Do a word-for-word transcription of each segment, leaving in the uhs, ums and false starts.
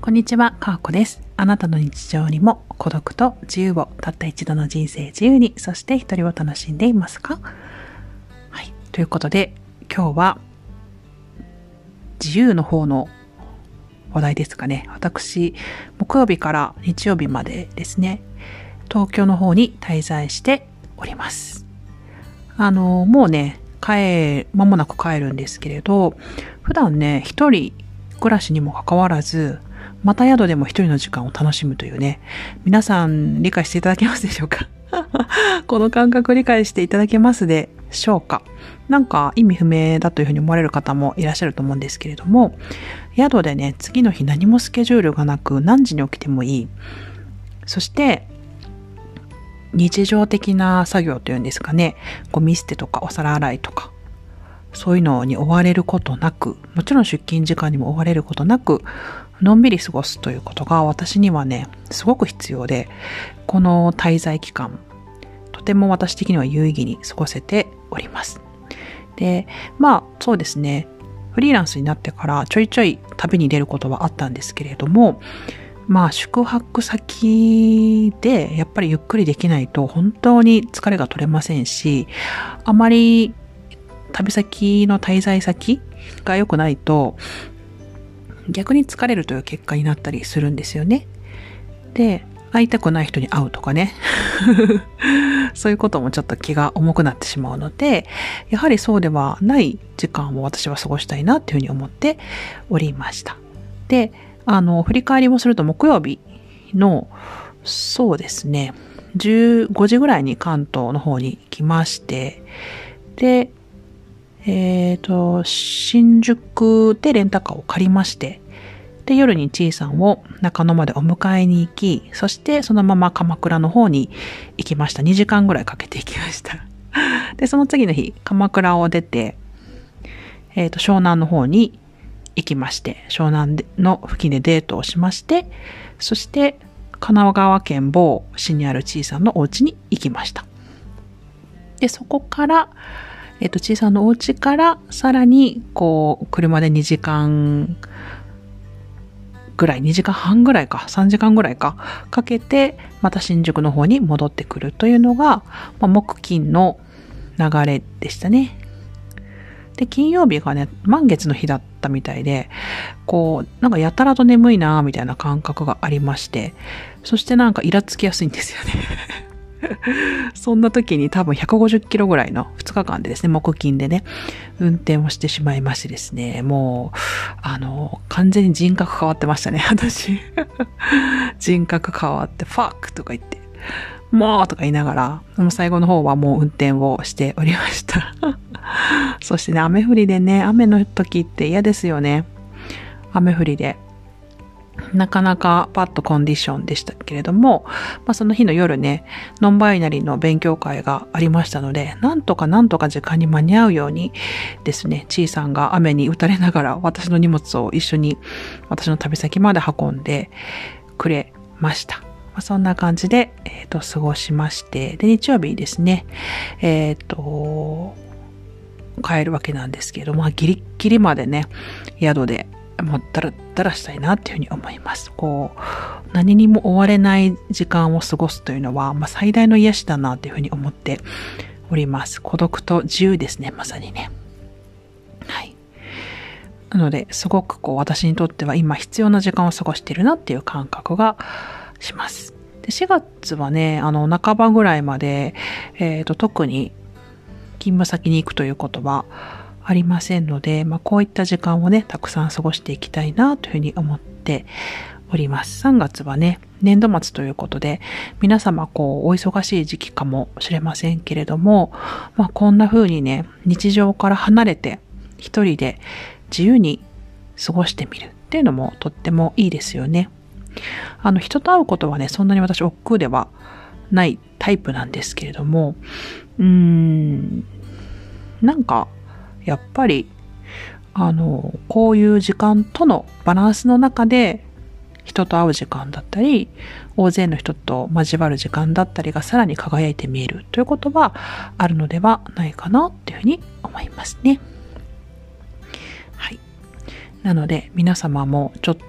こんにちは、かわこです。あなたの日常にも孤独と自由をたった一度の人生自由に、そして一人を楽しんでいますか？はい。ということで、今日は自由の方の話題ですかね。私、木曜日から日曜日までですね、東京の方に滞在しております。あの、もうね、帰、間もなく帰るんですけれど、普段ね、一人暮らしにもかかわらず、また宿でも一人の時間を楽しむというね、皆さん理解していただけますでしょうか？この感覚理解していただけますでしょうか？なんか意味不明だというふうに思われる方もいらっしゃると思うんですけれども、宿でね、次の日何もスケジュールがなく何時に起きてもいい。そして、日常的な作業というんですかね、ゴミ捨てとかお皿洗いとか、そういうのに追われることなく、もちろん出勤時間にも追われることなく、のんびり過ごすということが私にはね、すごく必要で、この滞在期間、とても私的には有意義に過ごせております。で、まあそうですね、フリーランスになってからちょいちょい旅に出ることはあったんですけれども、まあ宿泊先でやっぱりゆっくりできないと本当に疲れが取れませんし、あまり旅先の滞在先が良くないと逆に疲れるという結果になったりするんですよね。で、会いたくない人に会うとかね。そういうこともちょっと気が重くなってしまうので、やはりそうではない時間を私は過ごしたいなというふうに思っておりました。で、あの、振り返りもすると木曜日の、そうですね、じゅうごじぐらいに関東の方に来まして、で、えっと、新宿でレンタカーを借りまして、で、夜にちいさんを中野までお迎えに行き、そしてそのまま鎌倉の方に行きました。にじかんぐらいかけて行きました。で、その次の日、鎌倉を出て、えっと、湘南の方に行きまして、湘南の付近でデートをしまして、そして、神奈川県某市にあるちいさんのお家に行きました。で、そこから、えっと、ちいさんのお家から、さらに、こう、車でにじかんぐらい、にじかんはんぐらいか、さんじかんぐらいか、かけて、また新宿の方に戻ってくるというのが、まあ、木金の流れでしたね。で、金曜日がね、満月の日だったみたいで、こう、なんかやたらと眠いなみたいな感覚がありまして、そしてなんかイラつきやすいんですよね。そんな時に多分ひゃくごじゅっキロぐらいのふつかかんでですね、木金でね、運転をしてしまいましてですね、もう、あの、完全に人格変わってましたね、私。人格変わって、ファックとか言って、もうとか言いながら、その最後の方はもう運転をしておりました。そしてね、雨降りでね、雨の時って嫌ですよね。雨降りで。なかなかパッとコンディションでしたけれども、まあ、その日の夜ね、ノンバイナリーの勉強会がありましたので、なんとかなんとか時間に間に合うようにですね、ちいさんが雨に打たれながら私の荷物を一緒に私の旅先まで運んでくれました。まあ、そんな感じで、えっと、過ごしまして、で、日曜日ですね、えっと、帰るわけなんですけど、まあ、ギリッギリまでね、宿でもうだらだらしたいなっていうふうに思います。こう、何にも追われない時間を過ごすというのは、まあ、最大の癒しだなっていうふうに思っております。孤独と自由ですね、まさにね。はい。なので、すごくこう、私にとっては今必要な時間を過ごしているなっていう感覚がします。で、しがつはね、あの、半ばぐらいまで、えっと、特に勤務先に行くということは、ありませんので、まあ、こういった時間をね、たくさん過ごしていきたいなというふうに思っております。さんがつはね、年度末ということで、皆様こう、お忙しい時期かもしれませんけれども、まあ、こんな風にね、日常から離れて、一人で自由に過ごしてみるっていうのもとってもいいですよね。あの、人と会うことはね、そんなに私、億劫ではないタイプなんですけれども、うーん、なんか、やっぱり、あの、こういう時間とのバランスの中で人と会う時間だったり、大勢の人と交わる時間だったりがさらに輝いて見えるということはあるのではないかなというふうに思いますね。はい。なので皆様もちょっと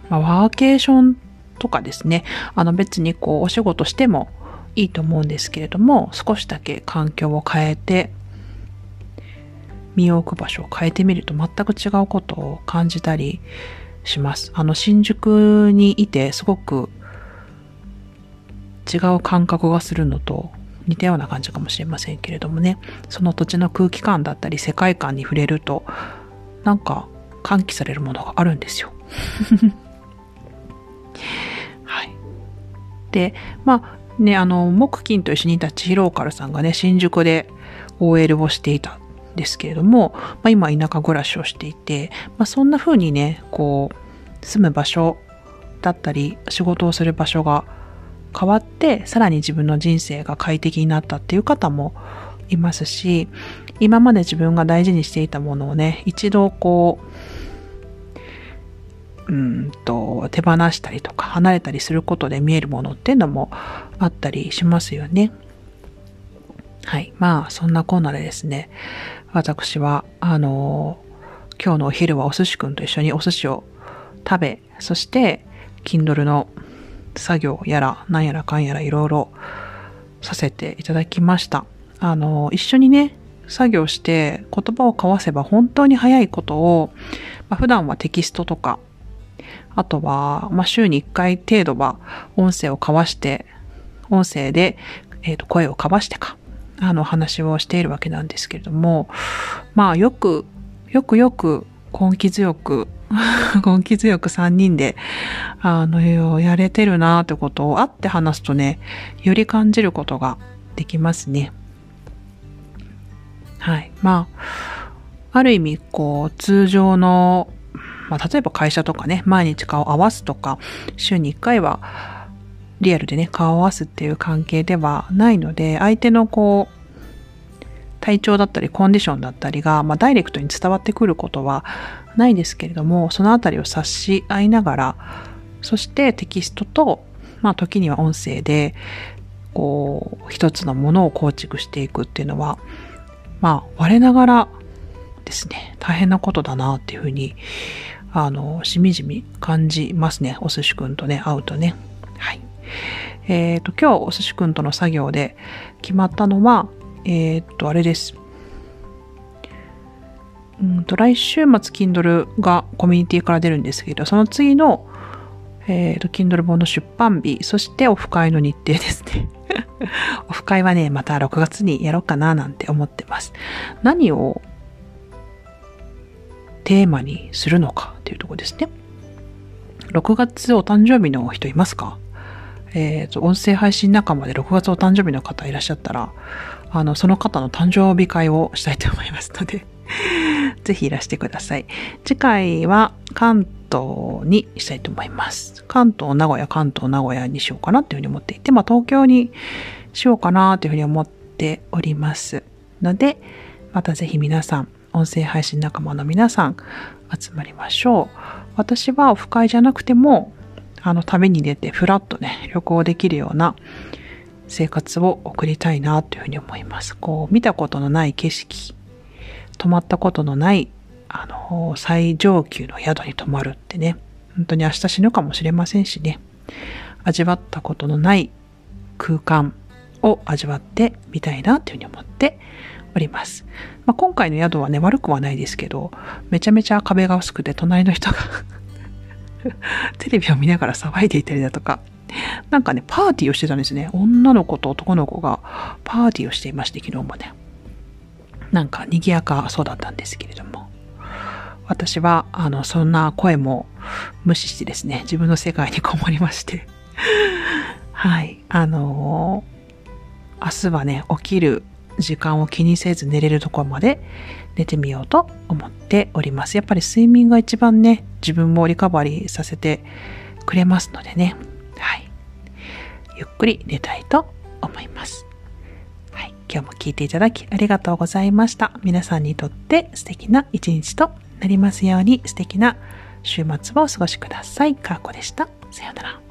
まあ、ワーケーションとかですね、あの別にこうお仕事してもいいと思うんですけれども、少しだけ環境を変えて、身を置く場所を変えてみると全く違うことを感じたりします。あの新宿にいてすごく違う感覚がするのと似たような感じかもしれませんけれどもね、その土地の空気感だったり世界観に触れるとなんか喚起されるものがあるんですよ。はい。で、まあね、あの木金と一緒にいた千尋ローカルさんがね、新宿で オーエル をしていたんですけれども、まあ、今田舎暮らしをしていて、まあ、そんな風にね、こう住む場所だったり仕事をする場所が変わって、さらに自分の人生が快適になったっていう方もいますし、今まで自分が大事にしていたものをね、一度こう、うんと手放したりとか離れたりすることで見えるものっていうのもあったりしますよね。はい。まあそんなこんなでですね、私はあの今日のお昼はお寿司くんと一緒にお寿司を食べ、そして Kindle の作業やらなんやらかんやらいろいろさせていただきました。あの一緒にね作業して言葉を交わせば本当に早いことを、まあ、普段はテキストとか、あとは、まあ、週にいっかい程度は音声を交わして、音声で、えーと、声を交わしてか、あの話をしているわけなんですけれども、まあよく、よくよく根気強く、根気強くさんにんで、あの、やれてるなーってことを会って話すとね、より感じることができますね。はい。まあ、ある意味、こう、通常の、まあ、例えば会社とかね、毎日顔を合わすとか、週にいっかいはリアルでね、顔を合わすっていう関係ではないので、相手のこう、体調だったりコンディションだったりが、まあ、ダイレクトに伝わってくることはないですけれども、そのあたりを察し合いながら、そしてテキストと、まあ、時には音声で、こう、一つのものを構築していくっていうのは、まあ、我ながらですね、大変なことだなっていうふうに、あの、しみじみ感じますね。お寿司くんとね、会うとね。はい。えっと、今日お寿司くんとの作業で決まったのは、えっと、あれです。うんと、来週末 Kindle がコミュニティから出るんですけど、その次の、えっと、Kindle 本の出版日、そしてオフ会の日程ですね。オフ会はね、またろくがつにやろうかななんて思ってます。何をテーマにするのかっていうところですね。ろくがつお誕生日の人いますか？えっと、音声配信仲間でろくがつお誕生日の方いらっしゃったら、あの、その方の誕生日会をしたいと思いますので、ぜひいらしてください。次回は関東にしたいと思います。関東、名古屋、関東、名古屋にしようかなっていうふうに思っていて、まあ東京にしようかなというふうに思っておりますので、またぜひ皆さん、音声配信仲間の皆さん集まりましょう。私はオフ会じゃなくても、あの旅に出てフラッとね、旅行できるような生活を送りたいなというふうに思います。こう見たことのない景色、泊まったことのないあの最上級の宿に泊まるってね、本当に明日死ぬかもしれませんしね、味わったことのない空間を味わってみたいなというふうに思っております。まあ、今回の宿はね、悪くはないですけど、めちゃめちゃ壁が薄くて隣の人がテレビを見ながら騒いでいたりだとか、なんかね、パーティーをしてたんですね。女の子と男の子がパーティーをしていまして、昨日もね。なんか賑やかそうだったんですけれども。私は、あの、そんな声も無視してですね、自分の世界にこもりまして。はい。あのー、明日はね、起きる時間を気にせず寝れるところまで寝てみようと思っております。やっぱり睡眠が一番ね、自分もリカバリーさせてくれますのでね。はい。ゆっくり寝たいと思います。はい。今日も聞いていただきありがとうございました。皆さんにとって素敵な一日となりますように、素敵な週末をお過ごしください。かーこでした。さようなら。